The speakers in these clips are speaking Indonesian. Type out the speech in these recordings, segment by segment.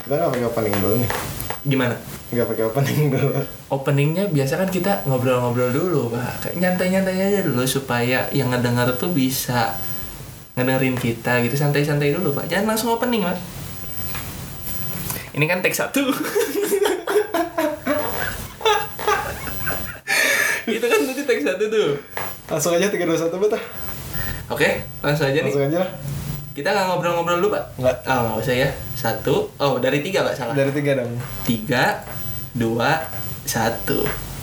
Kita nggak pakai opening dulu nih. Gimana? Nggak pakai opening dulu. Openingnya biasa kan kita ngobrol-ngobrol dulu, Pak. Kayak nyantai-nyantai aja dulu supaya yang ngedenger tuh bisa ngedengerin kita gitu, santai-santai dulu, Pak. Jangan langsung opening, Pak. Ini kan take 1. Itu kan tadi take 1 tuh. Langsung aja 3, 2, 1 betah. Oke, langsung aja nih. Langsung aja lah. Kita nggak ngobrol-ngobrol dulu, Pak? Nggak. Oh, nggak usah ya. 1. Oh, dari 3, Pak, salah. Dari 3 dong. 3, 2, 1.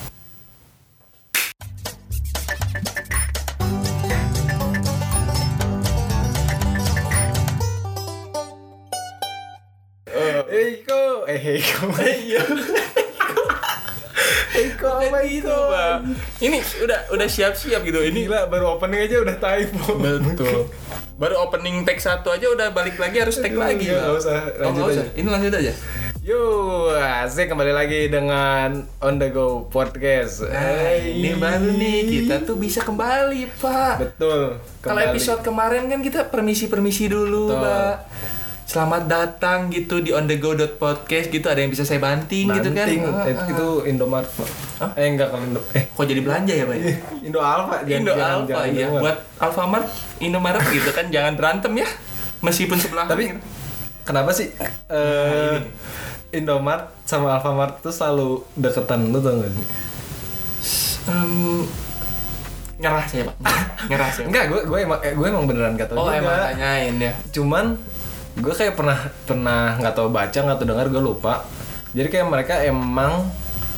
Heiko. Iya. Heiko apa Gitu, Pak. Ini udah siap-siap gitu. Ini Gila, baru opening aja udah typo. betul. Baru opening take 1 aja udah balik lagi harus take lagi, Pak. Nggak usah, lanjut nggak aja. usah. Ini lanjut aja. Yo, asik kembali lagi dengan On The Go Podcast. Ini baru nih kita tuh bisa kembali, Pak. Betul. Kalau episode kemarin kan kita permisi dulu, Betul. Pak. Selamat datang gitu di onthego.podcast gitu, ada yang bisa saya banting gitu kan. Itu Indomaret. Hah? Enggak kalau Indo. Kok jadi belanja ya, Pak? Indo Alfa. Indo Alfa ya. Buat Alfamart, Indomaret gitu kan, jangan berantem ya. Meskipun sebelah. Tapi kenapa sih Indomaret sama Alfamart tuh selalu deketan, lu tau gak sih? Nyerah saya, Pak. Nyerah saya. Enggak, gue emang beneran gak tau Oh, juga. emang tanyain ya. Cuman gue kayak pernah nggak tahu baca, nggak tahu dengar, gue lupa. Jadi kayak mereka emang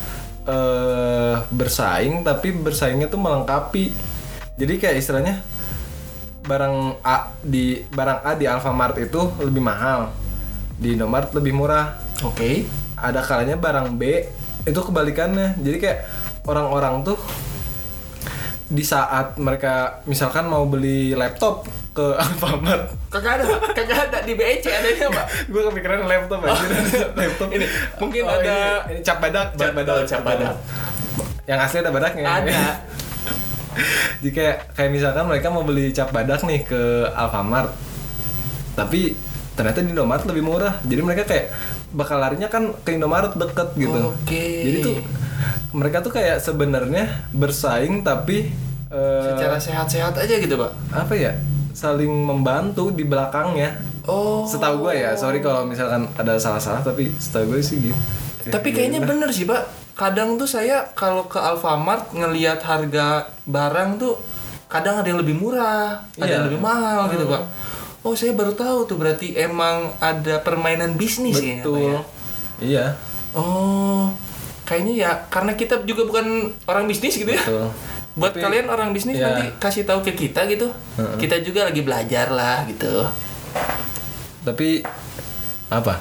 bersaing, tapi bersaingnya tuh melengkapi. Jadi kayak istilahnya barang A di Alfamart itu lebih mahal, di Indomaret lebih murah. Oke. Ada kalanya barang B itu kebalikannya. Jadi kayak orang-orang tuh di saat mereka misalkan mau beli laptop ke Alfamart, Kagak ada di BEC adanya, Pak. gue kepikiran laptop aja. Laptop Ini mungkin ada ini cap badak. cap badak. Yang asli ada badaknya. Ada. Jadi kayak misalkan mereka mau beli cap badak nih ke Alfamart, tapi ternyata di Indomaret lebih murah. Jadi mereka kayak bakal larinya kan ke Indomaret deket gitu. Oke. Jadi tuh mereka tuh kayak sebenarnya bersaing tapi Secara sehat-sehat aja gitu, Pak. apa ya, saling membantu di belakangnya. Oh. Setahu gue ya, sorry kalau misalkan ada salah-salah, tapi setahu gue sih gitu. Tapi kayaknya bener sih, Pak. Kadang tuh saya kalau ke Alfamart ngelihat harga barang tuh kadang ada yang lebih murah, ada Iya. yang lebih mahal gitu, Pak. Oh, saya baru tahu tuh, berarti emang ada permainan bisnis ya, Pak, Betul. ya. Iya. Oh, kayaknya ya karena kita juga bukan orang bisnis gitu ya. Betul. Buat Tapi, kalian orang bisnis ya. nanti kasih tahu ke kita gitu. Kita juga lagi belajar lah gitu. Tapi apa?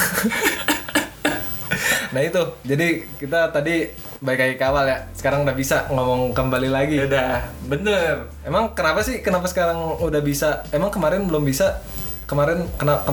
Nah itu, jadi kita tadi baik lagi ke awal ya. Sekarang udah bisa ngomong kembali lagi. Udah, bener. Emang kenapa sih? Kenapa sekarang udah bisa? Emang kemarin belum bisa? Kemarin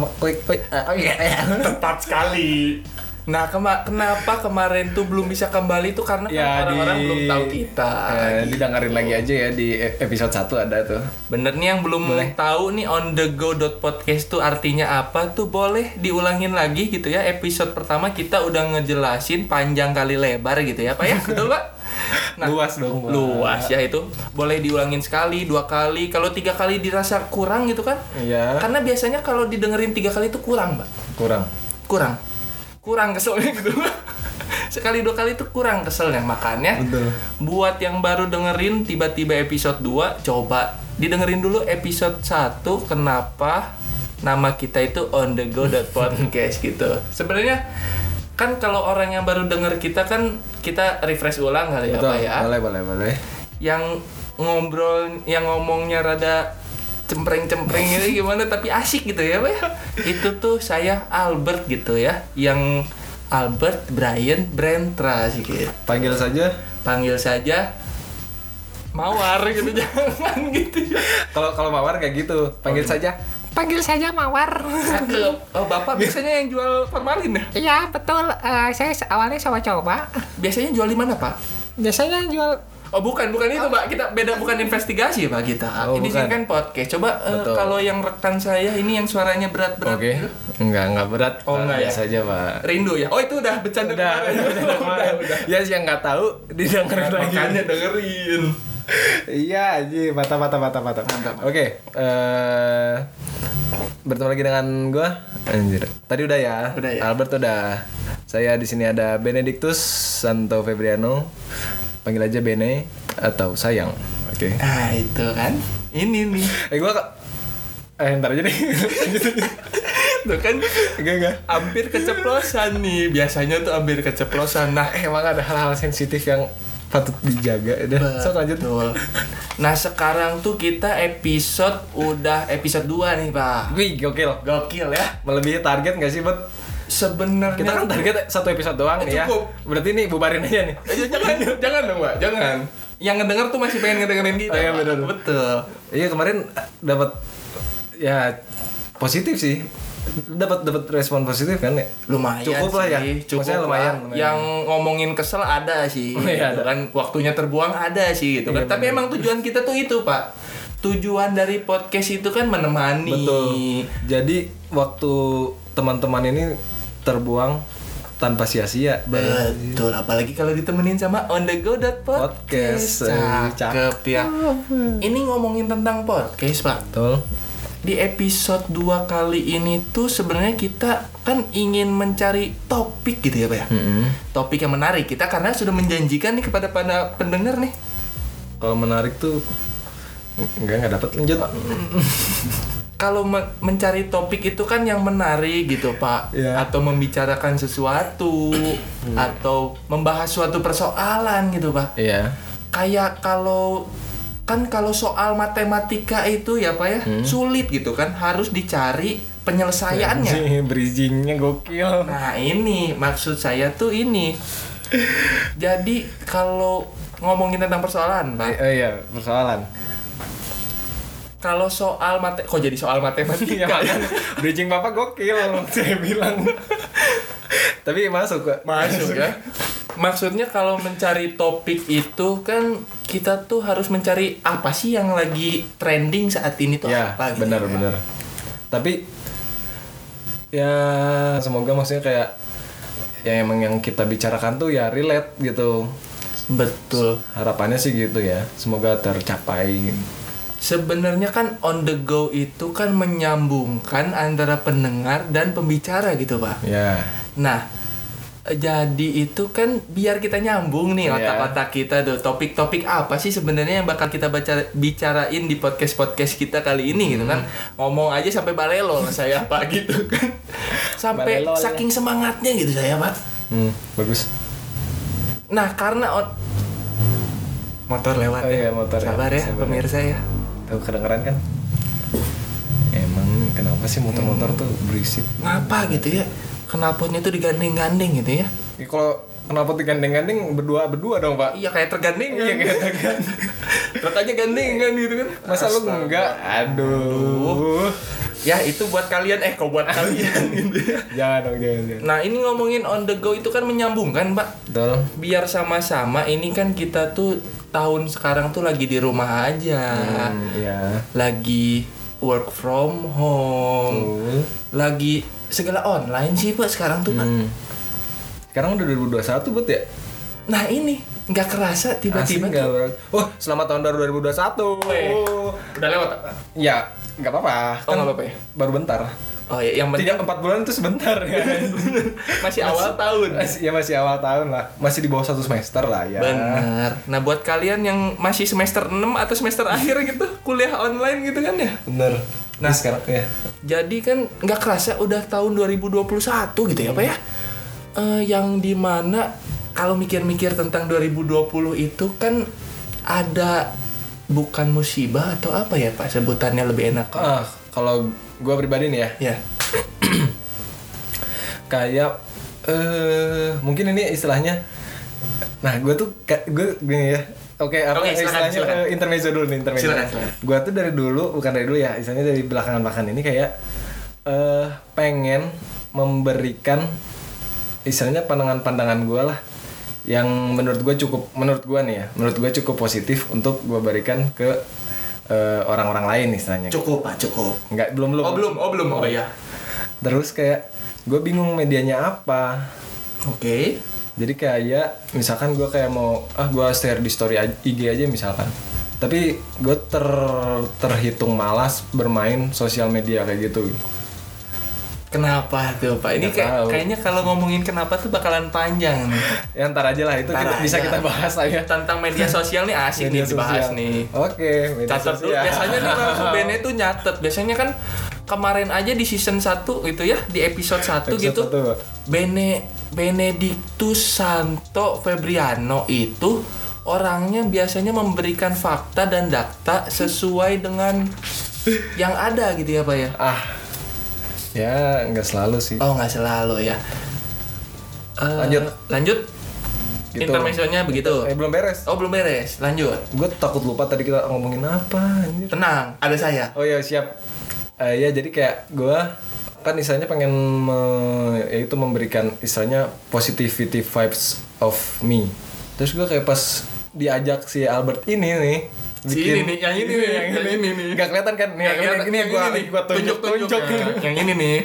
Tepat sekali. Nah, kenapa kemarin tuh belum bisa kembali tuh karena Ya, kan orang-orang di- belum tahu kita. Gitu. didengerin lagi aja ya di episode 1 ada tuh. Bener nih yang belum tahu nih onthego.podcast tuh artinya apa tuh, boleh diulangin lagi gitu ya. Episode pertama kita udah ngejelasin panjang kali lebar gitu ya, Pak ya. Betul, Pak? Nah, Luas dong. luas ya itu. Boleh diulangin sekali, 2 kali. Kalau 3 kali dirasa kurang gitu kan. Iya. Karena biasanya kalau didengerin 3 kali itu kurang, Pak. Kurang keselnya gitu. Sekali 2 kali itu kurang keselnya. Makanya Betul. buat yang baru dengerin tiba-tiba episode 2, coba didengerin dulu episode 1 kenapa nama kita itu onthego.podcast gitu. Sebenarnya kan kalau orang yang baru denger kita kan kita refresh ulang kali ya, Betul. Pak ya. Boleh. Yang ngomongnya rada cempreng-cempreng gitu gimana tapi asik gitu ya, Pak ya. Itu tuh saya Albert gitu ya, yang Albert Brian Brentra sih gitu. Panggil saja Mawar gitu. Jangan gitu ya. Kalau Mawar kayak gitu, panggil saja Mawar. Oh, Bapak biasanya yang jual formalin ya? Iya betul, saya awalnya sama coba. Biasanya jual di mana, Pak? Biasanya jual Oh bukan itu Pak, kita beda, bukan investigasi Pak kita. Oh, Ini bukan. kan podcast. Coba kalau yang rekan saya ini yang suaranya berat-berat. Oke. Enggak berat. Oh, enggak ya? Biasa aja, Pak. Rindu ya? Oh itu udah bercanda kemarin. Udah. Ya yang nggak tahu didengerin lagi. Makanya dengerin. Iya, aja mata. Mantap. Oke, bertemu lagi dengan gua. Anjir. Tadi udah ya. Udah ya. Albert udah. Saya di sini ada Benedictus Santo Febriano. Panggil aja Bene atau sayang. Oke. Ah itu kan. Ini nih. Gua ntar aja deh. Tuh kan Enggak. hampir keceplosan nih. Biasanya tuh hampir keceplosan. Nah, Emang ada hal-hal sensitif yang patut dijaga. Udah, sok lanjut. betul. Nah, sekarang tuh kita udah episode 2 nih, Pak. Wih, gokil. Gokil ya. Melebihi target gak sih, Bet? Sebenarnya Kita kan target 1 episode doang nih ya. cukup. Berarti nih bubarin aja nih. jangan dong, Pak. Jangan. Yang ngedenger tuh masih pengen ngedengerin kita. Oh, iya, Pak. benar. Betul. Iya, kemarin dapat ya positif sih. Dapat respon positif kan ya? Lumayan Cukup lah ya. Cukup Maksudnya lah. lumayan. Yang ngomongin kesel ada sih. Oh, iya, gitu ada. kan waktunya terbuang ada sih gitu kan. Iya, Tapi benar. emang tujuan kita tuh itu, Pak. Tujuan dari podcast itu kan menemani. Betul. Jadi waktu teman-teman ini terbuang tanpa sia-sia. Betul, apalagi kalau ditemenin sama On The Go Podcast. Cakep ya. Ini ngomongin tentang podcast, Pak. Betul. Di episode 2 kali ini tuh sebenarnya kita kan ingin mencari topik gitu ya, Pak ya. Topik yang menarik kita karena sudah menjanjikan nih kepada para pendengar nih. Kalau menarik tuh enggak dapat lanjut. Kalau mencari topik itu kan yang menarik gitu, Pak. Iya. Atau membicarakan sesuatu atau membahas suatu persoalan gitu, Pak. Iya. Kayak kalau soal matematika itu ya Pak ya sulit gitu kan, harus dicari penyelesaiannya. Anjing, bridgingnya gokil. Nah ini maksud saya tuh ini. Jadi kalau ngomongin tentang persoalan Pak, Iya, persoalan. kalau soal kok jadi soal matematika kan? Bridging Bapak gokil, saya bilang. Tapi masuk kok. Masuk ya. Maksudnya kalau mencari topik itu kan kita tuh harus mencari apa sih yang lagi trending saat ini tuh Ya, apa gitu. benar. Tapi ya semoga maksudnya kayak ya emang yang kita bicarakan tuh ya relate gitu. Betul. Harapannya sih gitu ya. Semoga tercapai. Sebenarnya kan On The Go itu kan menyambungkan antara pendengar dan pembicara gitu Pak. Ya. Nah, jadi itu kan biar kita nyambung nih Iya. otak-otak kita tuh. Topik-topik apa sih sebenarnya yang bakal kita bicarain di podcast-podcast kita kali ini gitu kan. Ngomong aja sampai balelo saya Pak gitu kan. Sampai Balelo, saking semangatnya gitu saya Pak. Bagus. Nah, karena motor lewat Oh iya, motor ya. Sabar ya Sabar ya. pemirsa ya. Tuh kedengeran kan? Emang kenapa sih motor-motor tuh berisik? Ngapa gitu ya? Knalpotnya tuh digandeng-gandeng gitu ya? Ya, kalau knalpot digandeng-gandeng berdua dong, Pak. Iya kayak tergandeng kan? Iya, kayak tergandeng. Truk aja gandeng kan gitu kan? Masa lu enggak? Aduh. Ya itu buat kalian, kok buat kalian gitu ya. Jangan dong, jangan. Nah ini ngomongin On The Go itu kan menyambung kan Pak? Betul. Biar sama-sama, ini kan kita tuh tahun sekarang tuh lagi di rumah aja. Iya. Lagi work from home. Betul. Lagi segala online sih Pak sekarang tuh Pak. Sekarang udah 2021 buat ya? Nah ini nggak kerasa tiba-tiba Asli nggak tuh. Oh, selamat tahun baru 2021. Weh, udah lewat. Ya, nggak apa-apa. Oh, nggak apa-apa ya? Baru bentar. Oh ya, yang penting Tidak 4 bulan itu sebentar ya. masih awal tahun. Masih awal tahun lah. Masih di bawah 1 semester lah ya. Benar. Nah buat kalian yang masih semester 6 atau semester akhir gitu, kuliah online gitu kan ya. Bener. Nah, sekarang ya. Jadi kan nggak kerasa udah tahun 2021 gitu ya Pak ya. Yang dimana kalau mikir-mikir tentang 2020 itu kan ada bukan musibah atau apa ya Pak sebutannya lebih enak. Kalau gue pribadi nih ya, Ya. kayak mungkin ini istilahnya. Nah, gue tuh gue gini ya. Oke, apa Oke, silakan, istilahnya silakan. Intermezzo dulu nih, intermezzo. Silakan. Gue tuh bukan dari dulu ya, istilahnya dari belakangan ini kayak pengen memberikan istilahnya pandangan-pandangan gue lah yang menurut gue cukup positif untuk gue berikan ke orang-orang lain istilahnya. Cukup Pak, cukup. Enggak, belum. Oh iya. Terus kayak gue bingung medianya apa. Oke. Jadi kayak misalkan gue kayak mau gue share di story IG aja misalkan. Tapi gue terhitung malas bermain sosial media kayak gitu. Kenapa tuh Pak? Ini kayaknya kalau ngomongin kenapa tuh bakalan panjang nih. Ya ntar aja lah, itu bisa kita bahas aja. Tentang media sosial nih asik nih dibahas nih. Oke, media catat sosial. Dulu. Biasanya nih kalau Bene tuh nyatet. Biasanya kan kemarin aja di season 1 gitu ya, di episode 1 gitu. Benedictus Santo Febriano itu orangnya biasanya memberikan fakta dan data sesuai dengan yang ada gitu ya Pak ya. Ya nggak selalu sih. Oh nggak selalu ya. Lanjut. Gitu. Intermezzonya begitu. Belum beres. Oh belum beres. Lanjut. Gue takut lupa tadi kita ngomongin apa. Anjir. Tenang, ada saya. Oh ya siap. Ya jadi kayak gue kan istilahnya pengen yaitu memberikan istilahnya positivity vibes of me. Terus gue kayak pas diajak si Albert ini nih. Yang ini nih. Gak kelihatan kan? Nih, ini gue tunjuk. Yang ini nih.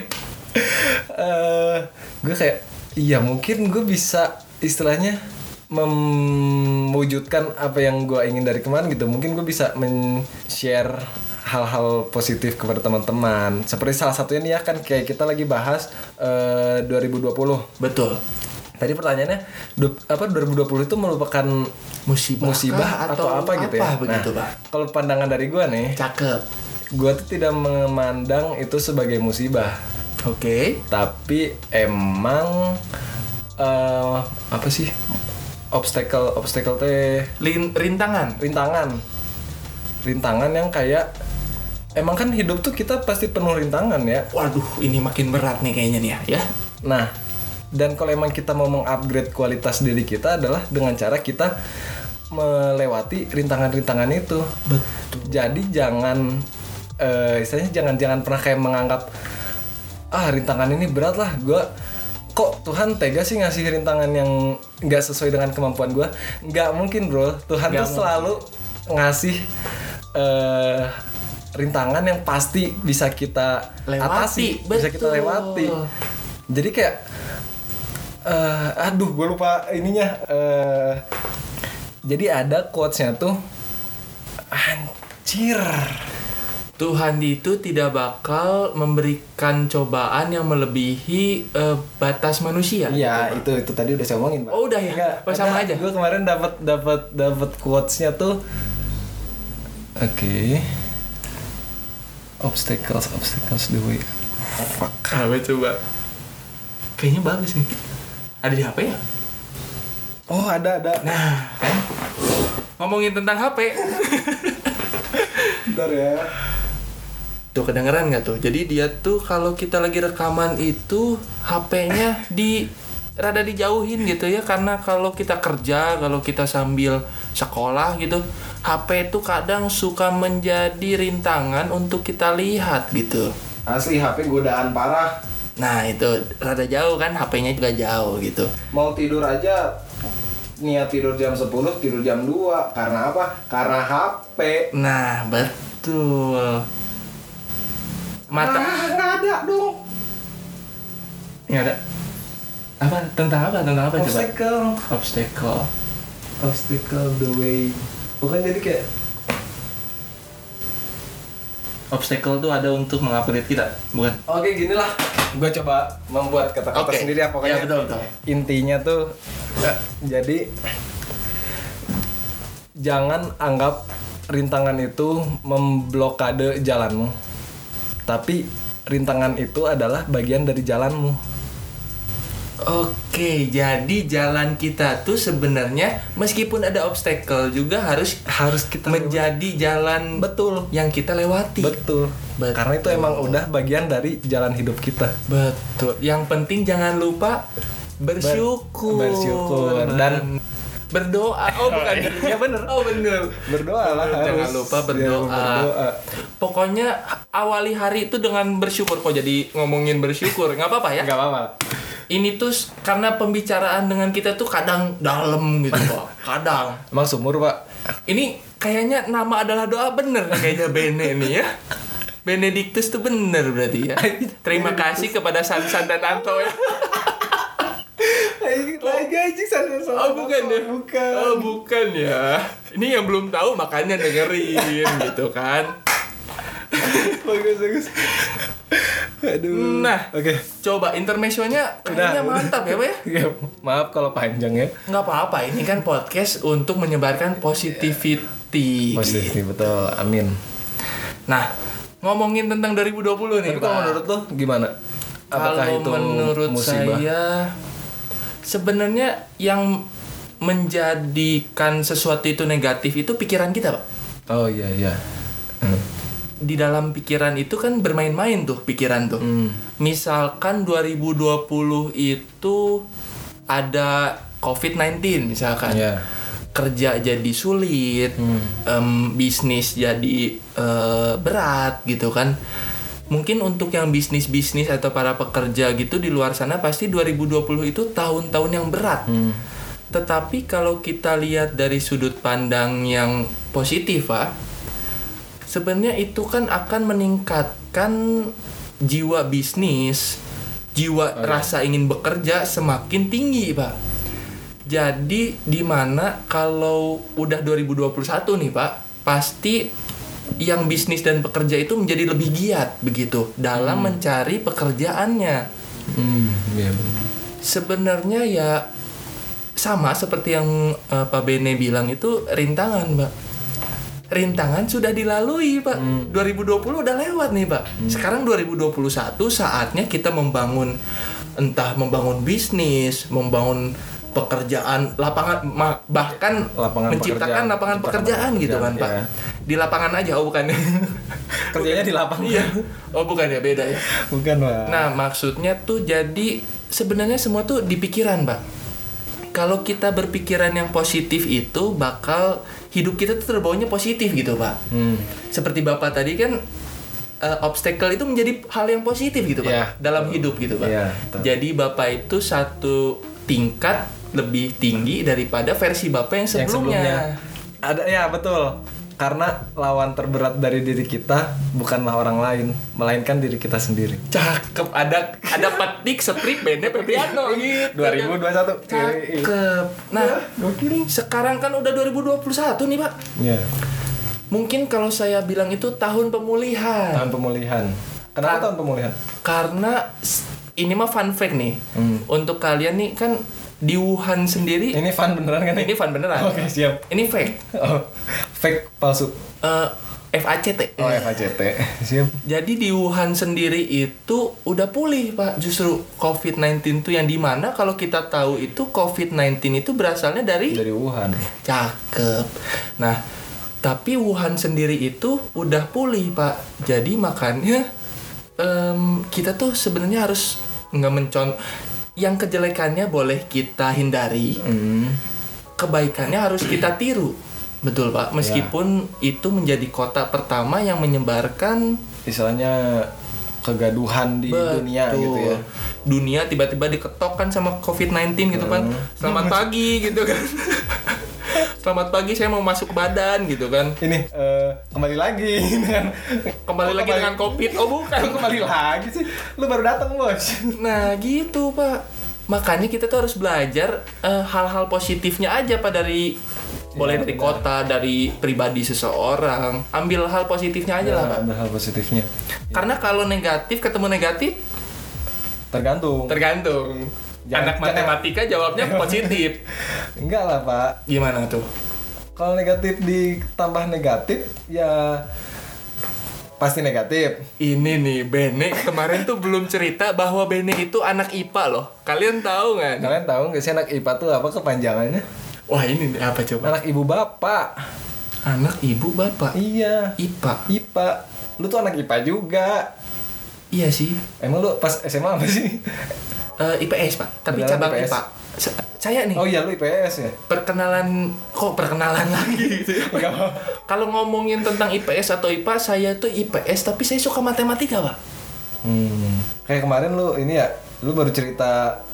Gue kayak iya mungkin gue bisa istilahnya mewujudkan apa yang gue ingin dari kemarin gitu. Mungkin gue bisa men-share hal-hal positif kepada teman-teman. Seperti salah satunya nih ya kan kayak kita lagi bahas 2020. Betul. Tadi pertanyaannya 2020 itu merupakan musibah atau apa gitu ya? Begitu, Pak. Kalau pandangan dari gue nih, cakep. Gue tuh tidak memandang itu sebagai musibah. Oke. Tapi emang apa sih? Obstacle teh rintangan yang kayak emang kan hidup tuh kita pasti penuh rintangan ya. Waduh, ini makin berat nih kayaknya nih ya. Nah, dan kalau emang kita mau mengupgrade kualitas diri kita adalah dengan cara kita melewati rintangan-rintangan itu. Betul. Jadi jangan istilahnya jangan pernah kayak menganggap rintangan ini berat lah, kok Tuhan tega sih ngasih rintangan yang nggak sesuai dengan kemampuan gue. Nggak mungkin bro, Tuhan tuh selalu ngasih rintangan yang pasti bisa kita atasi, bisa kita lewati. Jadi kayak gue lupa ininya. Jadi ada quotes-nya tuh, anjir, Tuhan itu tidak bakal memberikan cobaan yang melebihi batas manusia. Iya, gitu, itu tadi udah saya omongin, Pak. Oh, udah ya. Sama aja. Gue kemarin dapat quotes-nya tuh. Oke. Obstacles the way. Fuck. Coba. Kayaknya bagus nih. Ada di HP ya? Oh, ada. Nah, kan? Ngomongin tentang HP. Bentar ya. Tuh kedengeran nggak tuh? Jadi dia tuh kalau kita lagi rekaman itu HP-nya rada dijauhin gitu ya, karena kalau kita kerja, kalau kita sambil sekolah gitu, HP itu kadang suka menjadi rintangan untuk kita lihat gitu. Asli HP godaan parah. Nah itu rada jauh kan, HP-nya juga jauh gitu. Mau tidur aja niat tidur jam 10, tidur jam 2. Karena apa? Karena HP. Nah betul. Mata nggak ada dong. Nggak ada. Apa? Tentang apa Obstacle. Coba? Obstacle the way. Bukan, jadi kayak obstacle tuh ada untuk mengupgrade kita, bukan? Oke, gini lah. Gue coba membuat kata-kata sendiri ya pokoknya. Ya, betul. Intinya tuh jadi jangan anggap rintangan itu memblokade jalanmu. Tapi rintangan itu adalah bagian dari jalanmu. Oke, jadi jalan kita tuh sebenarnya meskipun ada obstacle juga harus kita menjadi jalan betul yang kita lewati. Betul. Karena itu emang udah bagian dari jalan hidup kita. Betul. Yang penting jangan lupa bersyukur dan berdoa. Oh bukan. Ya bener. Oh bener. Berdoa lah. Jangan lupa berdoa. Pokoknya awali hari itu dengan bersyukur. Kok jadi ngomongin bersyukur? Nggak apa-apa ya? Nggak apa-apa. ini tuh karena pembicaraan dengan kita tuh kadang dalam gitu Pak. Kadang. Emang sumur Pak? Ini kayaknya nama adalah doa bener kayaknya Bene nih ya. Benedictus tuh bener berarti ya. Terima kasih kepada Sansan dan Anto ya. Lagi anjing sana. Oh bukan ya? Bukan. Oh bukan ya. Ini yang belum tahu makanya dengerin gitu kan. Bagus. Aduh. Nah, oke. Coba intermezzonya kayaknya mantap ya Pak ya. Ya, maaf kalau panjang ya. Nggak apa-apa, ini kan podcast untuk menyebarkan positivity. Positif betul, amin. Nah, ngomongin tentang 2020 nih Tapi Pak. kalau menurut lo gimana? Apakah Kalau itu menurut musibah? saya sebenarnya yang menjadikan sesuatu itu negatif itu pikiran kita Pak. Oh iya. Di dalam pikiran itu kan bermain-main tuh pikiran tuh. Misalkan 2020 itu ada COVID-19 misalkan. Iya. Kerja jadi sulit, bisnis jadi berat gitu kan. Mungkin untuk yang bisnis atau para pekerja gitu di luar sana pasti 2020 itu tahun-tahun yang berat. Tetapi kalau kita lihat dari sudut pandang yang positif Pak, sebenarnya itu kan akan meningkatkan jiwa bisnis, jiwa rasa ingin bekerja semakin tinggi, Pak. Jadi di mana kalau udah 2021 nih, Pak, pasti yang bisnis dan pekerja itu menjadi lebih giat begitu dalam mencari pekerjaannya. Iya. Sebenarnya ya sama seperti yang Pak Bene bilang itu rintangan, Pak. Rintangan sudah dilalui, Pak. 2020 udah lewat nih, Pak. Sekarang 2021 saatnya kita membangun bisnis, membangun pekerjaan, lapangan, bahkan menciptakan lapangan pekerjaan gitu kan, Pak. Ya. Di lapangan aja, oh bukan. Kerjanya di lapangan. Iya. Oh bukan ya, beda ya. Bukan, Pak. Nah, maksudnya tuh jadi sebenarnya semua tuh di pikiran, Pak. Kalau kita berpikiran yang positif itu bakal hidup kita tuh terbawanya positif gitu, Pak. Seperti Bapak tadi kan obstacle itu menjadi hal yang positif gitu, Pak. Yeah, dalam hidup gitu, Pak. Yeah, jadi Bapak itu satu tingkat lebih tinggi daripada versi Bapak yang sebelumnya. Ada ya, betul. Karena lawan terberat dari diri kita bukanlah orang lain, melainkan diri kita sendiri. Cakep, ada petik strip Bene Febriano gitu. 2021. Cakep. Nah, sekarang kan udah 2021 nih, Pak. Iya. Mungkin kalau saya bilang itu tahun pemulihan. Tahun pemulihan. Kenapa tahun pemulihan? Karena ini mah fun fact nih. Untuk kalian nih kan di Wuhan sendiri. Ini fun beneran kan? Ini fun beneran. Oke, siap. Ini fake. Oh, fake palsu. FACT. Oh, FACT. Siap. Jadi di Wuhan sendiri itu udah pulih, Pak. Justru COVID-19 itu yang dimana kalau kita tahu itu COVID-19 itu berasalnya dari Wuhan. Cakep. Nah, tapi Wuhan sendiri itu udah pulih, Pak. Jadi makanya kita tuh sebenarnya harus nggak yang kejelekannya boleh kita hindari, kebaikannya harus kita tiru, betul Pak. Meskipun itu menjadi kota pertama yang menyebarkan istilahnya kegaduhan di dunia gitu ya. Dunia tiba-tiba diketok kan sama COVID-19 gitu kan. Selamat pagi gitu kan. Selamat pagi, saya mau masuk badan gitu kan. Ini kembali lagi dengan COVID. Oh bukan. Kembali lagi sih. Lu baru datang, Bos. Nah gitu, Pak. Makanya kita tuh harus belajar hal-hal positifnya aja, Pak, dari boleh dari kota, dari pribadi seseorang. Ambil hal positifnya aja lah, Pak. Ambil hal positifnya. Karena kalau negatif ketemu negatif tergantung. Anak matematika jawabnya positif. Enggak lah, Pak. Gimana tuh? Kalau negatif ditambah negatif ya pasti negatif. Ini nih, Bene kemarin tuh belum cerita bahwa Bene itu anak IPA loh. Kalian tahu nggak? Kalian tahu nggak sih anak IPA tuh apa kepanjangannya? Wah ini nih, apa coba? Anak ibu bapak. Anak ibu bapak? Iya. IPA. Lu tuh anak IPA juga. Iya sih. Emang lu pas SMA apa sih? IPS, Pak. Tapi Beneran cabang IPS? IPA. Saya nih. Oh iya, lu IPS ya? Perkenalan lagi gitu ya. Kalau ngomongin tentang IPS atau IPA, saya tuh IPS tapi saya suka matematika, Pak. Kayak kemarin lu ini ya, lu baru cerita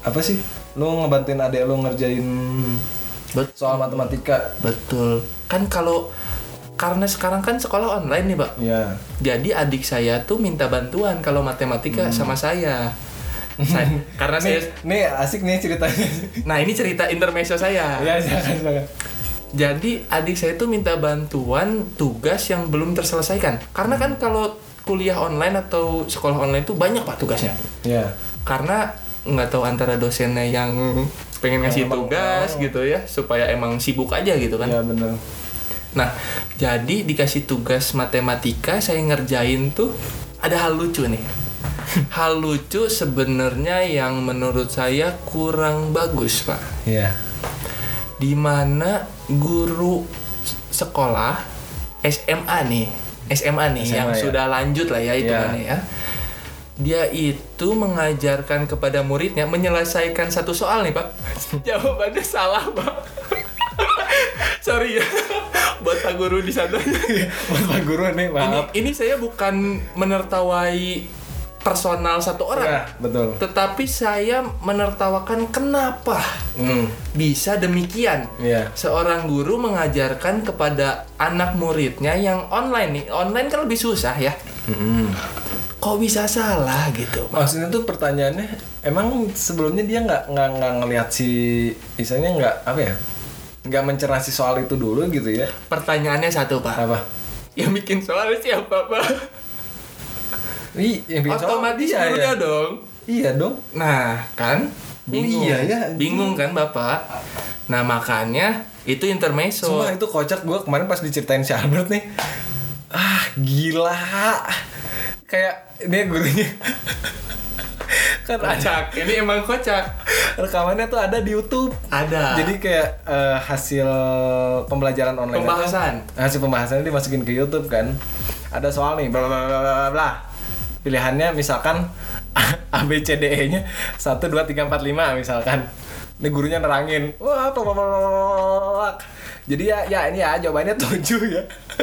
apa sih? Lu ngebantuin adek lu ngerjain soal matematika. Betul. Kan karena sekarang kan sekolah online nih, Pak. Iya. Jadi adik saya tuh minta bantuan kalau matematika sama saya. Karena nih asik nih ceritanya. Nah, ini cerita intermezzo saya. Iya, silakan. Jadi adik saya tuh minta bantuan tugas yang belum terselesaikan. Karena kan kalau kuliah online atau sekolah online tuh banyak Pak tugasnya. Iya. Karena nggak tahu antara dosennya yang pengen ngasih tugas gitu ya, supaya emang sibuk aja gitu kan. Iya, benar. Nah, jadi dikasih tugas matematika, saya ngerjain tuh ada hal lucu nih. Hal lucu sebenarnya yang menurut saya kurang bagus, Pak. Iya. Dimana guru sekolah SMA nih yang ya. sudah lanjut lah ya hitungannya ya. Dia itu mengajarkan kepada muridnya menyelesaikan satu soal nih Pak. Jawabannya salah Pak. Sorry ya buat Pak Guru di sana. Buat Pak Guru nih, maaf. Ini saya bukan menertawai personal satu orang. Ya, betul. Tetapi saya menertawakan kenapa bisa demikian. Iya. Seorang guru mengajarkan kepada anak muridnya yang online nih. Online kan lebih susah ya. Kok bisa salah gitu? Maksudnya tuh pertanyaannya, emang sebelumnya dia nggak ngelihat misalnya nggak mencermati soal itu dulu gitu ya? Pertanyaannya satu Pak. Apa? Yang bikin soal siapa Pak? Yang bikin soal otomatis dia, gurunya ya? dong. Iya dong. Nah kan? Bingung. Iya ya. Bingung kan Bapak? Nah makanya itu intermezzo. Sumpah itu kocak, gue kemarin pas diceritain si Albert nih. Gila. Kayak ini gurunya. Kan Kocak. Ini emang kocak. Rekamannya tuh ada di YouTube. Ada. Jadi kayak hasil pembelajaran online. Hasil pembahasannya dimasukin ke YouTube kan. Ada soal nih, bla bla bla bla bla. Pilihannya misalkan A B C D E-nya 1 2 3 4 5 misalkan. Ini gurunya nerangin. Wah, jadi ya ini ya jawabannya 7 ya.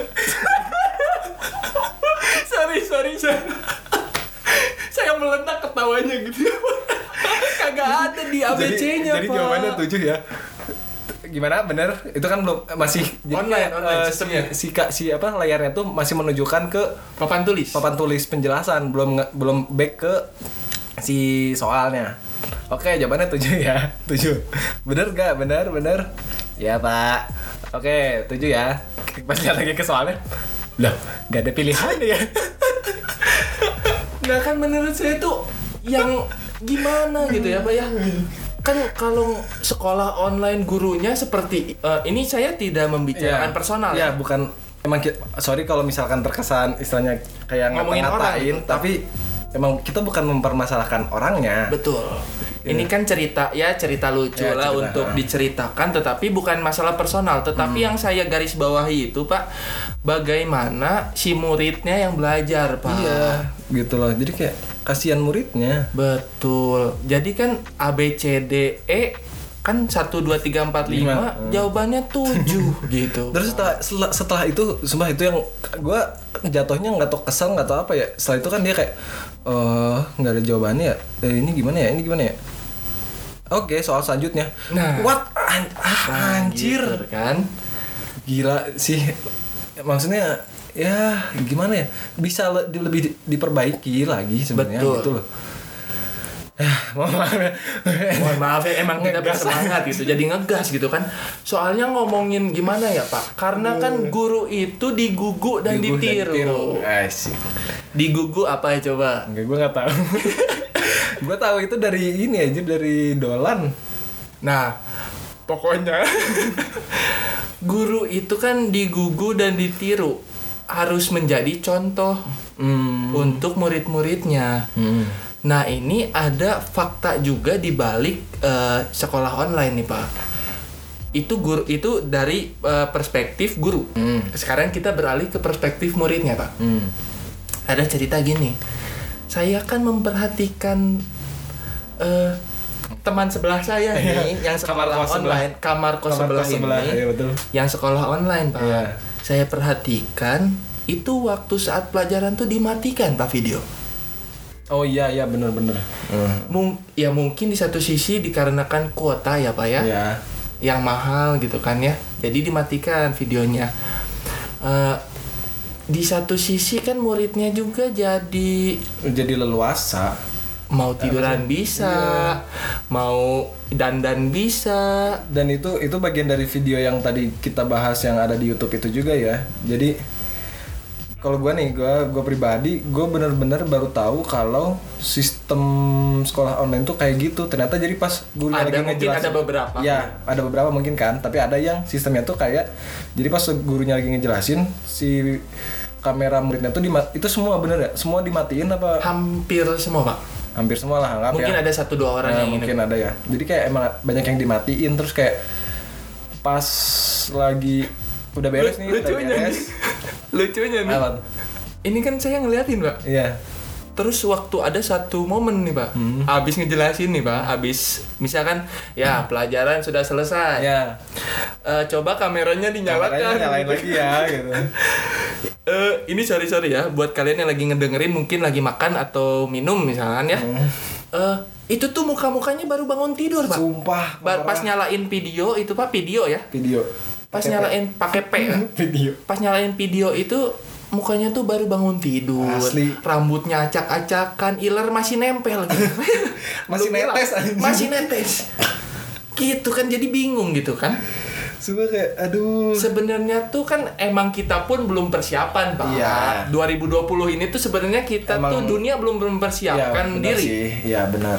sorry. Saya meledak ketawanya gitu. Kagak ada di ABC-nya, jadi Pak. jawabannya 7 ya. Gimana bener? Itu kan belum masih online sistemnya. Layarnya tuh masih menunjukkan ke papan tulis penjelasan, belum back ke si soalnya. Oke, jawabannya 7 ya. 7. Bener gak? Bener. Ya, Pak. Oke, 7 ya. Pas lihat lagi ke soalnya. Loh, gak ada pilihan ya. Nggak kan menurut saya tuh yang gimana gitu ya Pak ya. Kan kalau sekolah online gurunya seperti ini saya tidak membicarakan personal ya. Bukan emang sorry kalau misalkan terkesan istilahnya kayak ngomongin orang gitu, tapi emang kita bukan mempermasalahkan orangnya. Betul. Ini kan cerita lucu lah untuk diceritakan, tetapi bukan masalah personal. Tetapi yang saya garis bawahi itu Pak, bagaimana si muridnya yang belajar Pak. Iya, gitu loh. Jadi kayak kasihan muridnya. Betul. Jadi kan A B C D E kan 1 2 3 4 5 jawabannya 7 gitu. Terus setelah itu sumpah itu yang gue jatuhnya nggak tau kesel nggak tau apa ya. Setelah itu kan dia kayak nggak ada jawabannya ya. Ini gimana ya? Oke, soal selanjutnya. Nah, what anjir gitu kan. Gila sih. Maksudnya ya gimana ya? Bisa lebih diperbaiki lagi sebenarnya gitu loh. Mohon maaf ya, emang kita bersemangat gitu, jadi ngegas gitu kan. Soalnya ngomongin gimana ya Pak, karena kan guru itu digugu dan ditiru. Asik. Digugu apa ya coba? Enggak, gue nggak tahu. Gue tahu itu dari ini aja, dari Dolan. Nah, pokoknya guru itu kan digugu dan ditiru, harus menjadi contoh untuk murid-muridnya. Nah ini ada fakta juga di balik sekolah online nih Pak. Itu dari perspektif guru. Sekarang kita beralih ke perspektif muridnya Pak. Ada cerita gini. Saya kan memperhatikan teman sebelah saya nih yang sekolah online, kamar kos sebelah ini, ya, betul. yang sekolah online Pak. Ya. Saya perhatikan itu waktu saat pelajaran tuh dimatikan Pak video. Oh iya bener. Ya mungkin di satu sisi dikarenakan kuota ya Pak ya, yang mahal gitu kan ya, jadi dimatikan videonya. Di satu sisi kan muridnya juga jadi leluasa, mau tiduran bisa, mau dandan bisa. Dan itu bagian dari video yang tadi kita bahas yang ada di YouTube itu juga ya. Jadi kalau gue pribadi, gue benar-benar baru tahu kalau sistem sekolah online tuh kayak gitu. Ternyata jadi pas gurunya lagi ngejelasin, ada beberapa. Ya, ada beberapa mungkin kan. Tapi ada yang sistemnya tuh kayak, jadi pas gurunya lagi ngejelasin, si kamera muridnya tuh itu semua bener ya? Semua dimatiin apa? Hampir semua Pak. Hampir semua lah, anggap mungkin ya. Ada 1-2 orang yang mungkin ada ya. Jadi kayak emang banyak yang dimatiin, terus kayak pas lagi udah beres nih, lucunya nih. Apa? Ini kan saya ngeliatin Pak. Iya. Terus waktu ada satu momen nih Pak, abis ngejelasin nih Pak, abis misalkan ya pelajaran sudah selesai, ya. Coba kameranya dinyalakan, nyalain lagi ya gitu. Ini sorry ya, buat kalian yang lagi ngedengerin mungkin lagi makan atau minum misalkan ya, itu tuh muka-mukanya baru bangun tidur Pak. Sumpah. Pas nyalain video itu Pak, video ya. Pas nyalain pakai P ya. Video. Pas nyalain video itu mukanya tuh baru bangun tidur. Asli. Rambutnya acak-acakan, iler masih nempel gitu. Masih netes. Gitu kan, jadi bingung gitu kan. Sumpah kayak aduh. Sebenarnya tuh kan emang kita pun belum persiapan Pak. Iya. 2020 ini tuh sebenarnya kita tuh dunia belum mempersiapkan diri. Iya benar.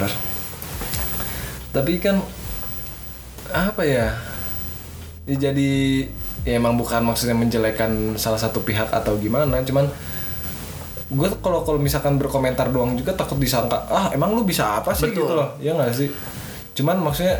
Tapi kan apa ya? Jadi ya emang bukan maksudnya menjelekan salah satu pihak atau gimana, cuman gue kalau misalkan berkomentar doang juga takut disangka emang lu bisa apa sih. Betul. Gitu loh, ya nggak sih? Cuman maksudnya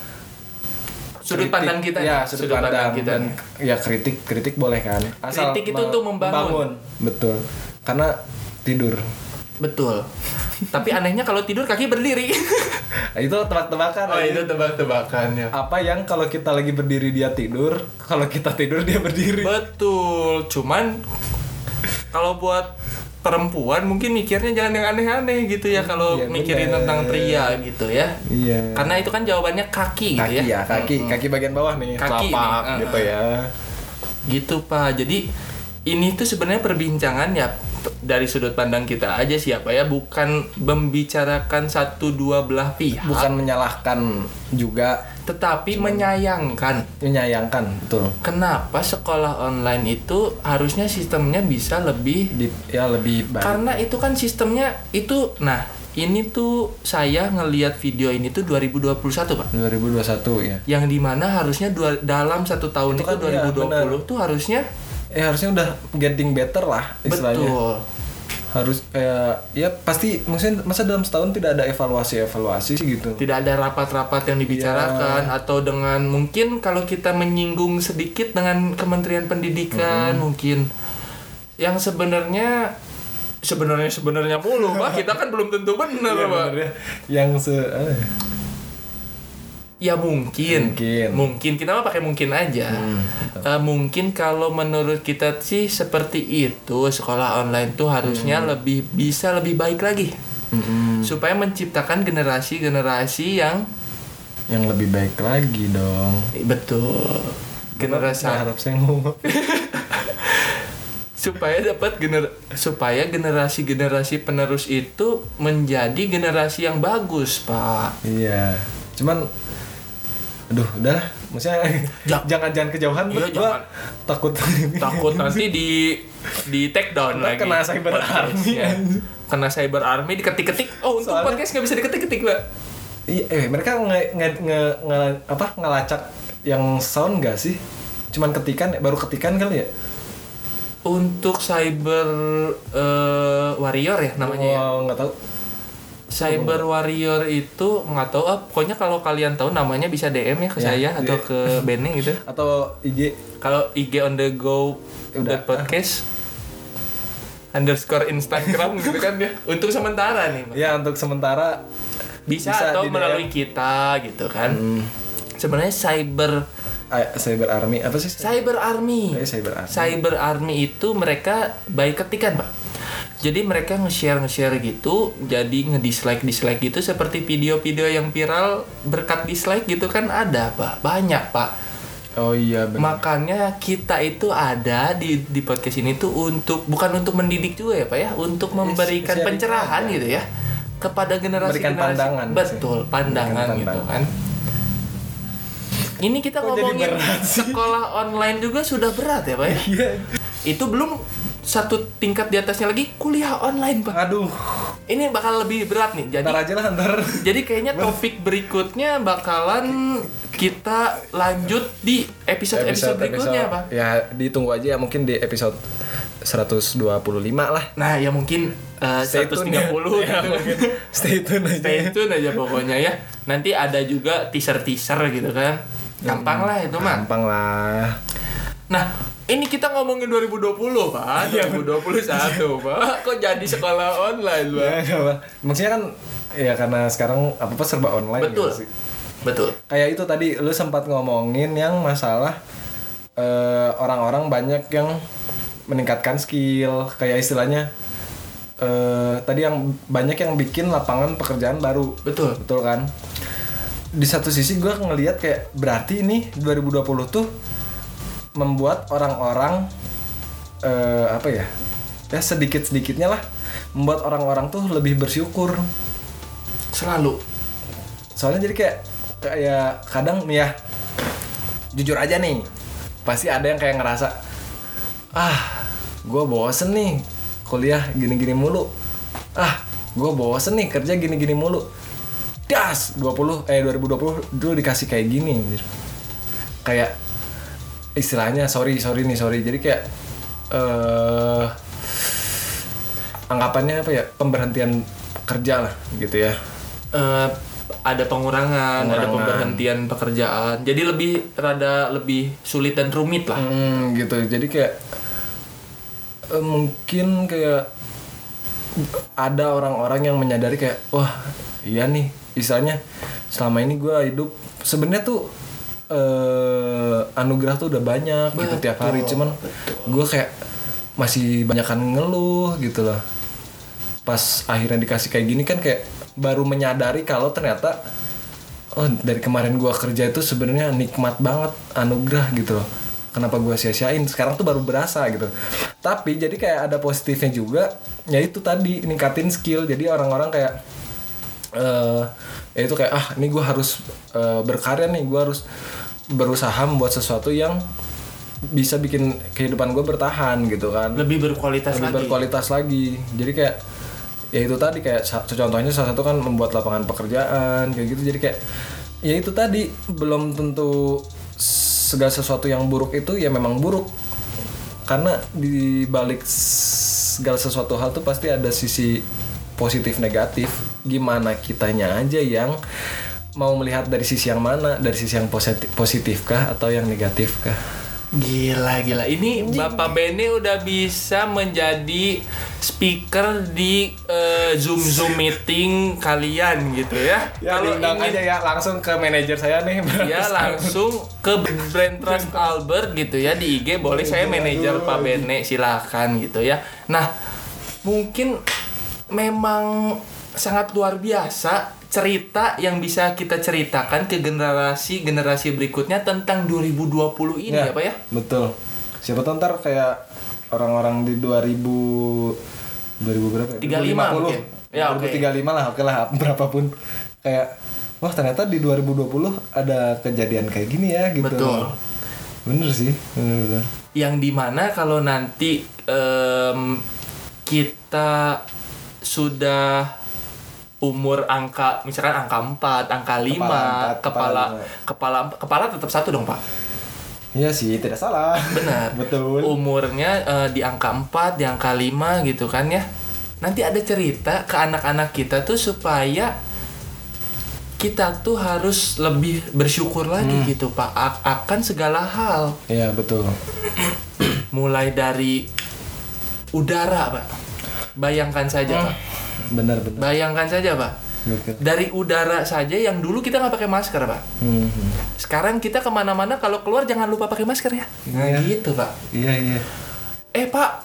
sudut pandang kita ya, sudut pandang kita. Dan ya kritik boleh kan, asal kritik itu untuk membangun. Betul, karena tidur. Betul. Tapi anehnya kalau tidur kaki berdiri. Itu tebak-tebakan. Itu tebak-tebakannya. Apa yang kalau kita lagi berdiri dia tidur, kalau kita tidur dia berdiri. Betul. Cuman kalau buat perempuan mungkin mikirnya jangan yang aneh-aneh gitu ya kalau mikirin tentang pria gitu ya. Iya. Karena itu kan jawabannya kaki gitu ya. Kaki bagian bawah nih. Kaki telapak nih. Gitu ya. Gitu Pak. Jadi ini tuh sebenarnya perbincangan ya dari sudut pandang kita aja siapa ya, bukan membicarakan satu dua belah pihak, bukan menyalahkan juga, tetapi menyayangkan, betul. Kenapa sekolah online itu harusnya sistemnya bisa lebih lebih baik. Karena itu kan sistemnya itu, nah ini tuh saya ngelihat video ini tuh 2021 Pak. 2021 ya. Yang dimana harusnya dalam 1 tahun itu kan 2020 tuh harusnya udah getting better lah istilahnya. Betul. Harus ya pasti maksudnya masa dalam setahun tidak ada evaluasi sih gitu. Tidak ada rapat-rapat yang dibicarakan atau dengan mungkin kalau kita menyinggung sedikit dengan Kementerian Pendidikan mungkin yang sebenarnya mulu Pak, kita kan belum tentu benar Pak. Yang ya mungkin kita mah pakai mungkin aja. Mungkin kalau menurut kita sih seperti itu, sekolah online tuh harusnya lebih baik lagi, supaya menciptakan generasi yang lebih baik lagi dong. Betul. Generasi harap saya ngomong. supaya generasi penerus itu menjadi generasi yang bagus Pak. Iya. Cuman udahlah, maksudnya jangan kejauhan, gua takut nanti di take down lagi. Kena cyber army. Kena cyber army diketik-ketik. Untuk podcast nggak bisa diketik-ketik Pak. Iya, mereka ngelacak yang sound nggak sih? Cuman baru ketikan kali ya? Untuk cyber warrior ya namanya. Nggak tahu. Cyber Warrior itu nggak tahu, pokoknya kalau kalian tahu namanya bisa DM ya ke saya atau ke Beneng gitu, atau IG. Kalau IG on the go podcast _Instagram gitu kan ya. Untuk sementara nih. Ya untuk sementara bisa atau melalui kita gitu kan. Sebenarnya cyber army apa sih? Cyber army itu mereka by ketikan Pak. Jadi mereka nge-share gitu, jadi nge-dislike gitu seperti video-video yang viral berkat dislike gitu kan ada, Pak. Banyak, Pak. Oh iya benar. Makanya kita itu ada di podcast ini tuh bukan untuk mendidik juga ya, Pak ya, untuk memberikan sharing pencerahan aja. gitu ya kepada generasi. Memberikan pandangan sih. Betul, pandangan Memberikan gitu pandangan. kan. Ini kita Kok jadi ngomongin berat sih? sekolah online juga sudah berat ya, Pak ya. Iya. Itu belum satu tingkat di atasnya lagi kuliah online, Pak. Aduh. Ini bakal lebih berat nih. Jadi Ntar aja lah ntar. jadi kayaknya topik berikutnya bakalan kita lanjut di episode berikutnya, Pak. Ya ditunggu aja ya, mungkin di episode 125 lah. Nah, ya mungkin Stay 130 tune ya. gitu. Ya, mungkin. Stay tune aja. Stay tune aja pokoknya ya. Nanti ada juga teaser gitu kan. Gampang lah itu mah. Gampang lah. Nah, ini kita ngomongin 2020, Pak. 2021, Pak. Kok jadi sekolah online, Pak? Ya, nggak apa. Maksudnya kan ya karena sekarang apa serba online. Betul. gitu sih. Betul. Kayak itu tadi lu sempat ngomongin yang masalah orang-orang banyak yang meningkatkan skill, kayak istilahnya tadi yang banyak yang bikin lapangan pekerjaan baru. Betul. Betul kan? Di satu sisi gue ngelihat kayak berarti ini 2020 tuh membuat orang-orang apa ya sedikit-sedikitnya lah membuat orang-orang tuh lebih bersyukur. Selalu. Soalnya jadi kayak kadang nih ya, jujur aja nih, pasti ada yang kayak ngerasa gue bosen nih kuliah gini-gini mulu, gue bosen nih kerja gini-gini mulu. Das 2020 dulu dikasih kayak gini gitu. Kayak istilahnya sorry jadi kayak anggapannya apa ya, pemberhentian kerja lah gitu ya. Ada pengurangan, ada pemberhentian pekerjaan. Jadi rada lebih sulit dan rumit lah. Gitu. Jadi kayak mungkin kayak ada orang-orang yang menyadari kayak wah iya nih, istilahnya selama ini gue hidup sebenarnya tuh anugerah tuh udah banyak gitu tiap hari, cuman gue kayak masih banyakan ngeluh gitu loh. Pas akhirnya dikasih kayak gini kan kayak baru menyadari kalau ternyata dari kemarin gue kerja itu sebenarnya nikmat banget, anugerah gitu loh. Kenapa gue sia-siain? Sekarang tuh baru berasa gitu. Tapi jadi kayak ada positifnya juga, yaitu tadi ningkatin skill. Jadi orang-orang kayak ya itu kayak ini gue harus berkarya nih, gue harus berusaha membuat sesuatu yang bisa bikin kehidupan gue bertahan gitu kan. Lebih berkualitas lagi. Jadi kayak ya itu tadi kayak contohnya salah satu kan membuat lapangan pekerjaan kayak gitu. Jadi kayak ya itu tadi belum tentu segala sesuatu yang buruk itu ya memang buruk, karena di balik segala sesuatu hal tuh pasti ada sisi positif negatif. Gimana kitanya aja yang mau melihat dari sisi yang mana, dari sisi yang positifkah atau yang negatifkah. Gila. Ini Bapak Bene udah bisa menjadi speaker di Zoom meeting kalian gitu ya. Ya kalau diundang aja ya langsung ke manajer saya nih. Ya langsung ke Brand Trust Albert gitu ya di IG, boleh saya manajer Pak Bene, silakan gitu ya. Nah, mungkin memang sangat luar biasa cerita yang bisa kita ceritakan ke generasi berikutnya tentang 2020 ini ya Pak ya? Betul. Siapa tahu ntar kayak orang-orang di 2000 berapa ya? 35 mungkin. Ya, 2035 lah, oke lah, berapapun. Kayak wah ternyata di 2020 ada kejadian kayak gini ya gitu. Betul. Bener sih, bener. Yang dimana kalau nanti kita sudah umur misalkan angka 4, angka 5, kepala tetap satu dong Pak. Iya sih, tidak salah. Benar. Betul. Umurnya di angka 4, di angka 5 gitu kan ya. Nanti ada cerita ke anak-anak kita tuh supaya kita tuh harus lebih bersyukur lagi gitu Pak akan segala hal. Iya, betul. Mulai dari udara Pak. Bayangkan saja Pak. Benar. Bayangkan saja Pak. Betul. Dari udara saja yang dulu kita nggak pakai masker Pak. Sekarang kita kemana-mana kalau keluar jangan lupa pakai masker ya. Nah gitu Pak. Iya. Pak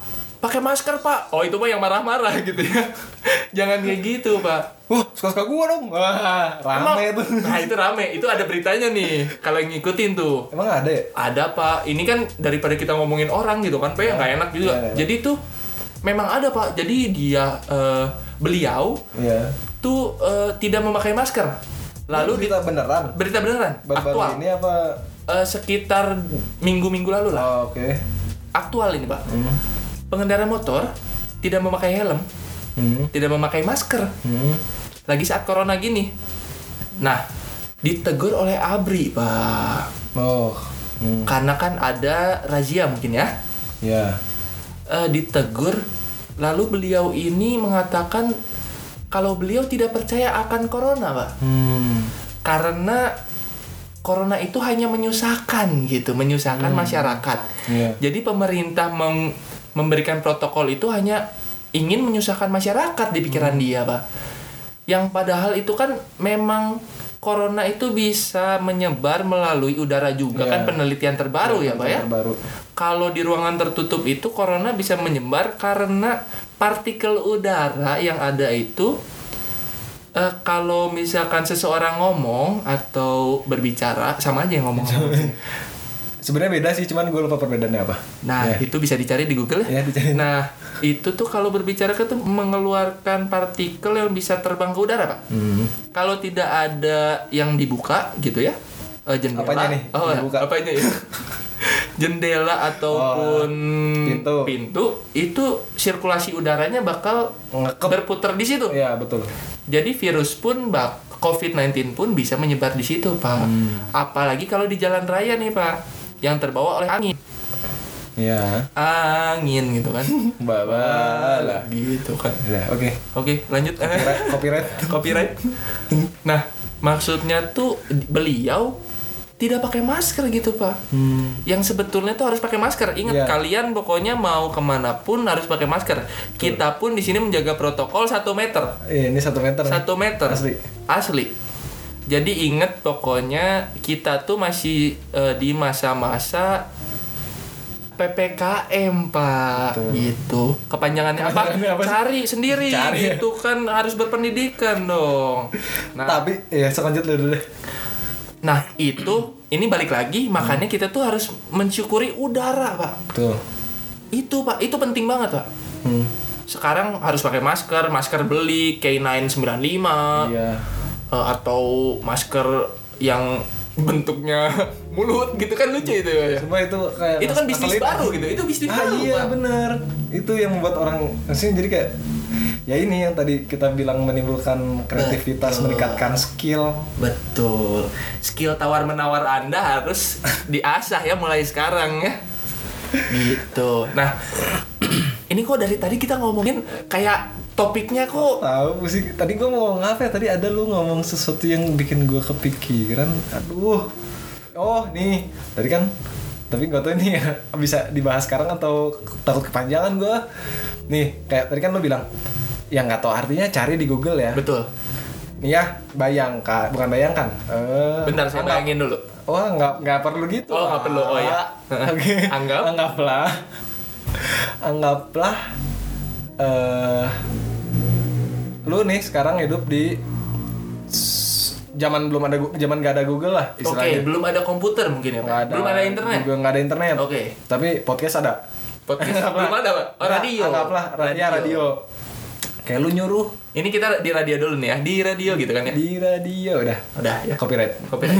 pakai masker Pak. Oh itu mah yang marah-marah gitu ya. Jangan kayak gitu Pak. Wah, suka-suka gua dong. Wah, rame tuh. Nah itu rame, itu ada beritanya nih. Kalau yang ngikutin tuh. Emang ada ya? Ada Pak. Ini kan daripada kita ngomongin orang gitu kan, Pak ya nggak enak juga. Ya. Jadi tuh memang ada Pak. Jadi dia beliau tuh tidak memakai masker. Lalu berita beneran. Berita beneran. Baru-baru Aktual. ini apa? Sekitar minggu-minggu lalu lah. Oh, oke. Aktual ini Pak. Pengendara motor tidak memakai helm, tidak memakai masker. Lagi saat corona gini. Nah, ditegur oleh ABRI Pak. Oh. Karena kan ada razia mungkin ya. Ya. Ditegur. Lalu beliau ini mengatakan kalau beliau tidak percaya akan corona Pak. Karena corona itu hanya menyusahkan gitu, menyusahkan masyarakat. Yeah. Jadi pemerintah memberikan protokol itu hanya ingin menyusahkan masyarakat di pikiran dia, Pak. Yang padahal itu kan memang corona itu bisa menyebar melalui udara juga kan penelitian terbaru ya, Pak ya. Terbaru. Kalau di ruangan tertutup itu corona bisa menyebar karena partikel udara yang ada itu kalau misalkan seseorang ngomong atau berbicara sama aja yang ngomong. Sebenarnya beda sih, cuman gue lupa perbedaannya apa. Nah, itu bisa dicari di Google ya. Dicari. Nah, itu tuh kalau berbicara kan tuh mengeluarkan partikel yang bisa terbang ke udara, Pak. Kalau tidak ada yang dibuka gitu ya, jendela. Apanya nih? Dibuka. Apanya ya? Jendela ataupun pintu itu sirkulasi udaranya bakal berputar di situ. Iya, betul. Jadi virus pun COVID-19 pun bisa menyebar di situ, Pak. Apalagi kalau di jalan raya nih, Pak, yang terbawa oleh angin. Iya. Angin gitu kan. Bawa lah gitu kan. Ya, oke. Oke, lanjut. Copyright. Nah, maksudnya tuh beliau tidak pakai masker gitu Pak. Yang sebetulnya tuh harus pakai masker. Ingat kalian pokoknya mau kemanapun harus pakai masker. Kita pun di sini menjaga protokol 1 meter. Ini 1 meter. 1 meter. Asli. Jadi ingat pokoknya kita tuh masih di masa-masa PPKM Pak. Betul. Gitu. Kepanjangannya apa? Cari sendiri. Itu kan harus berpendidikan dong. Nah, tapi ya selanjut dulu deh. Nah ini balik lagi makanya kita tuh harus mensyukuri udara Pak. Betul. Itu Pak, itu penting banget Pak. Sekarang harus pakai masker beli K995 atau masker yang bentuknya mulut gitu kan lucu itu ya. Semua itu kayak itu kan bisnis baru gitu, itu bisnis baru iya Pak. Bener. Itu yang membuat orang maksudnya jadi kayak ya ini yang tadi kita bilang menimbulkan kreativitas, meningkatkan skill. Betul. Skill tawar-menawar Anda harus diasah ya mulai sekarang ya. Gitu. Nah, ini kok dari tadi kita ngomongin kayak topiknya kok tahu sih. Tadi gua mau ngomong apa ya? Tadi ada lu ngomong sesuatu yang bikin gua kepikiran. Aduh. Oh, nih. Tadi kan tapi gak tau ini ya bisa dibahas sekarang atau takut kepanjangan gua. Nih, kayak tadi kan lu bilang yang nggak tahu artinya cari di Google ya. Betul. Iya, bayangkan, bukan bayangkan. Bentar saya bayangin dulu. Oh, nggak perlu gitu. Oh, nggak perlu. Oh ya. Oke. Anggaplah. Lu nih sekarang hidup di zaman nggak ada Google lah istilahnya. Oke, belum ada komputer mungkin ya Pak. Belum ada internet. Juga nggak ada internet. Oke. Tapi podcast ada. Podcast belum ada Pak. Oh, radio. Anggaplah radio. Kayak lu nyuruh. Ini kita di radio dulu nih ya. Di radio gitu kan ya. Di radio udah ya. Copyright.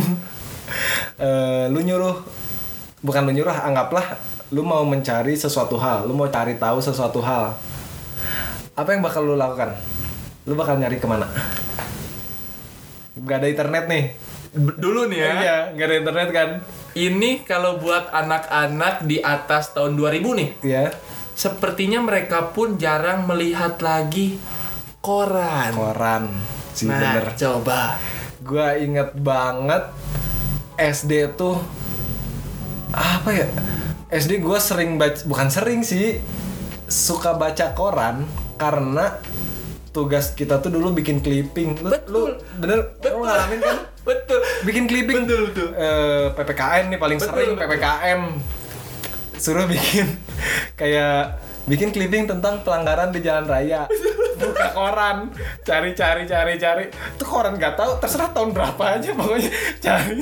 Lu nyuruh. Bukan lu nyuruh, anggaplah lu mau mencari sesuatu hal, lu mau cari tahu sesuatu hal. Apa yang bakal lu lakukan? Lu bakal nyari kemana? Gak ada internet nih. Dulu nih ya. Iya, gak ada internet kan. Ini kalau buat anak-anak di atas tahun 2000 nih. Iya. Sepertinya mereka pun jarang melihat lagi koran sih. Nah, bener. Coba. Gua inget banget SD tuh apa ya? SD gua sering baca, bukan sering sih, suka baca koran karena tugas kita tuh dulu bikin clipping. Lu bener lu ngalamin kan? Betul. Bikin clipping. Betul. PPKN nih paling sering PPKM. Suruh bikin kayak bikin clipping tentang pelanggaran di jalan raya. Buka koran, cari. Tuh koran nggak tahu, terserah tahun berapa aja pokoknya cari.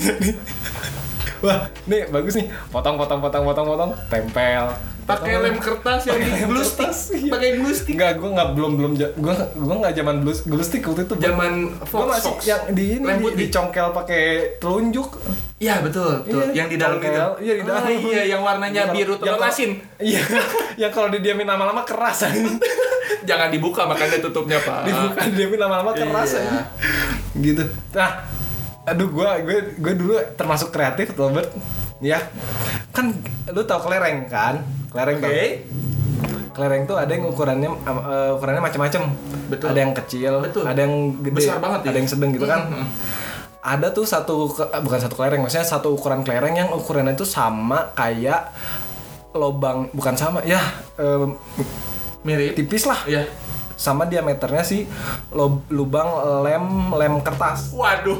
Wah, nih bagus nih. Potong, tempel. Pakai lem kertas yang di glue stick. Pakai glue stick. Enggak, gua enggak zaman glue stick waktu itu. Zaman Gua masih Fox. yang di ini dicongkel pakai telunjuk. Iya, betul. Iya, Yang di dalam congkel. itu. Iya, di dalam. Iya, yang warnanya biru telur asin. Iya, yang kalau didiamin lama-lama keras. Jangan dibuka makanya tutupnya, Pak. Dibuka diamin lama-lama keras. Iya. Gitu. Nah, aduh gue dulu termasuk kreatif tuh, Bert. Ya. Kan lu tahu kelereng kan? Kelereng Oke. tuh. Kelereng tuh ada yang ukurannya macam-macam. Betul. Ada yang kecil, Betul. ada yang gede, Besar banget ada ya. yang sedang gitu kan. Ada tuh bukan satu kelereng, maksudnya satu ukuran kelereng yang ukurannya itu sama kayak lobang, bukan sama ya, Mirip. tipis lah. Iya. Sama diameternya si lubang lem kertas. Waduh,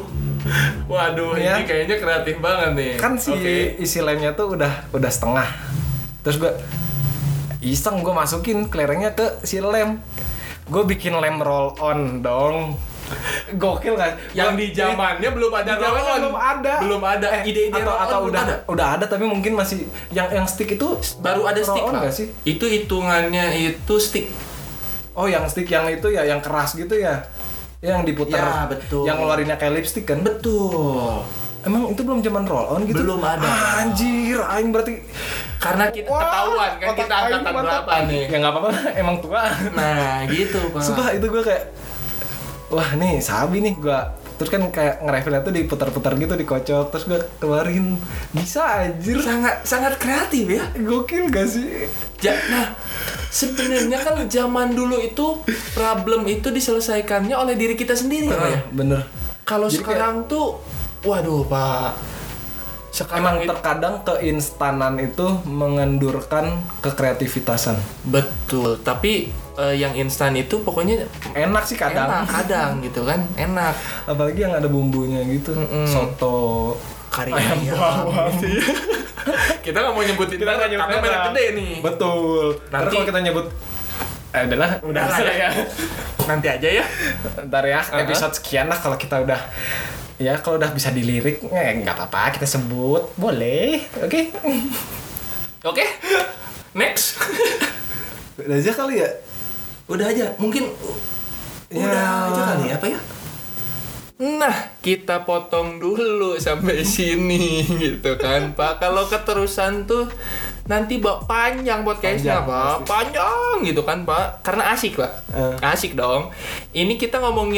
Ya. ini kayaknya kreatif banget nih. Kan si Oke. isi lemnya tuh udah setengah. Terus gue iseng gue masukin kelerengnya ke si lem. Gue bikin lem roll on dong. Gokil kan? Yang di zamannya belum ada Di zamannya roll-on. belum ada. Ide-ide atau roll-on belum udah ada tapi mungkin masih yang stick itu baru ada stick, roll-on Pak. nggak sih? Itu hitungannya itu stick. Oh, yang stick yang itu ya, yang keras gitu ya. Yang diputar. Ya, betul. Yang ngeluarinnya kayak lipstick kan? Betul. Emang itu belum zaman roll on gitu? Belum ada. Anjir, aing berarti Karena kita ketahuan kan otak kita aing angkatan mantap. berapa nih. Ya nggak apa-apa, emang tua. Nah, gitu, Pak. Sumpah itu gue kayak, wah nih sabi nih gue. Terus kan kayak ngerefill tuh diputar-putar gitu, dikocok, terus gue keluarin. Bisa anjir. Sangat kreatif ya. Gokil gak sih? Nah, sebenarnya kan zaman dulu itu problem itu diselesaikannya oleh diri kita sendiri, Pak ya. Bener. Kalau Jadi sekarang tuh, waduh, Pak. Sekarang Emang terkadang keinstanan itu mengendurkan kekreativitasan. betul, tapi yang instan itu pokoknya Enak sih kadang. kadang gitu kan, enak. Apalagi yang ada bumbunya gitu. Soto, Kari ayam bawang. Kita nggak mau nyebutin Kita nggak merek, nyebut karena merek merek. gede nih. Betul. Nanti Nanti- kalau kita nyebut adalah udah Udah lah ya. Nanti aja ya. Ntar ya episode sekian lah kalau kita udah ya kalau udah bisa dilirik nggak apa-apa kita sebut boleh. Oke. Oke. Next. Udah aja kali ya. Udah aja, mungkin Ya. udah aja kali apa ya? Nah, kita potong dulu sampai sini gitu kan, Pak. Kalau keterusan tuh nanti panjang podcastnya, Panjang, Pak. pasti. Panjang gitu kan, Pak. Karena asik, Pak. Asik dong. Ini kita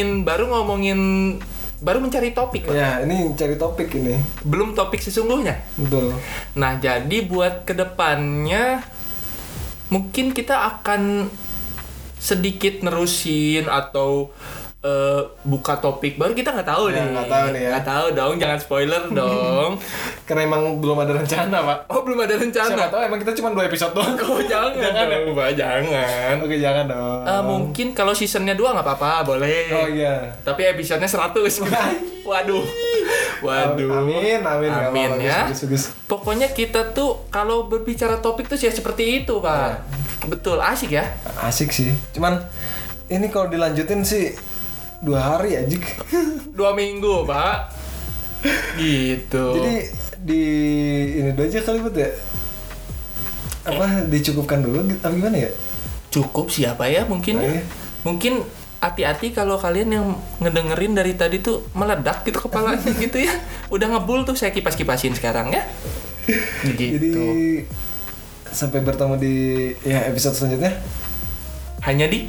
baru mencari topik, Pak. Ya ini cari topik ini. Belum topik sesungguhnya. Betul. Nah, jadi buat kedepannya mungkin kita akan sedikit nerusin atau buka topik baru, kita nggak tahu Ya, nih. nggak tahu nih ya. Nggak tahu dong, jangan spoiler dong. Karena emang belum ada rencana pak. Oh, belum ada rencana. Siapa tahu emang kita cuma 2 episode doang. Oh, jangan dong, Pak, jangan. Oke jangan dong. Mungkin kalau seasonnya 2 nggak apa-apa, boleh. Oh iya. Tapi episodenya 100. Waduh. Amin. Amin ya. Bagus. Pokoknya kita tuh kalau berbicara topik tuh ya seperti itu, Pak. Betul, asik ya. Asik sih. Cuman ini kalau dilanjutin sih 2 hari aja. 2 minggu, Pak. Gitu. Jadi di ini dulu aja kali buat ya. Apa dicukupkan dulu apa gimana ya? Cukup siapa ya mungkin ya? Oh, iya. Mungkin hati-hati kalau kalian yang ngedengerin dari tadi tuh meledak gitu kepalanya gitu ya. Udah ngebul tuh saya kipas-kipasin sekarang ya. Gitu. Jadi sampai bertemu di ya episode selanjutnya. Hanya di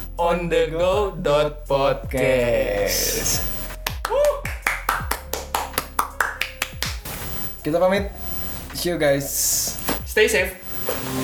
onthego.podcast. Kita pamit. See you guys. Stay safe.